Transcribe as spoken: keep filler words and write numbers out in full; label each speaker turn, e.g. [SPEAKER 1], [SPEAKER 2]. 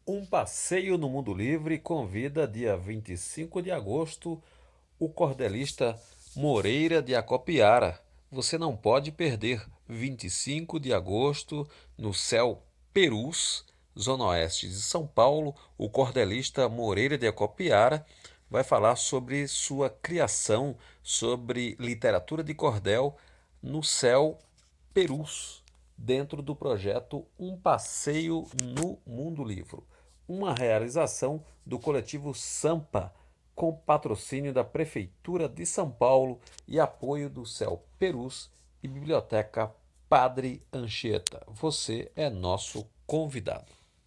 [SPEAKER 1] Um passeio no Mundo Livre convida, dia vinte e cinco de agosto, o cordelista Moreira de Acopiara. Você não pode perder. vinte e cinco de agosto, no Céu Perus, Zona Oeste de São Paulo, o cordelista Moreira de Acopiara vai falar sobre sua criação, sobre literatura de cordel no Céu Perus, dentro do projeto Um Passeio no Mundo Livre, uma realização do coletivo Sampa, com patrocínio da Prefeitura de São Paulo e apoio do Céu Perus e Biblioteca Padre Anchieta. Você é nosso convidado.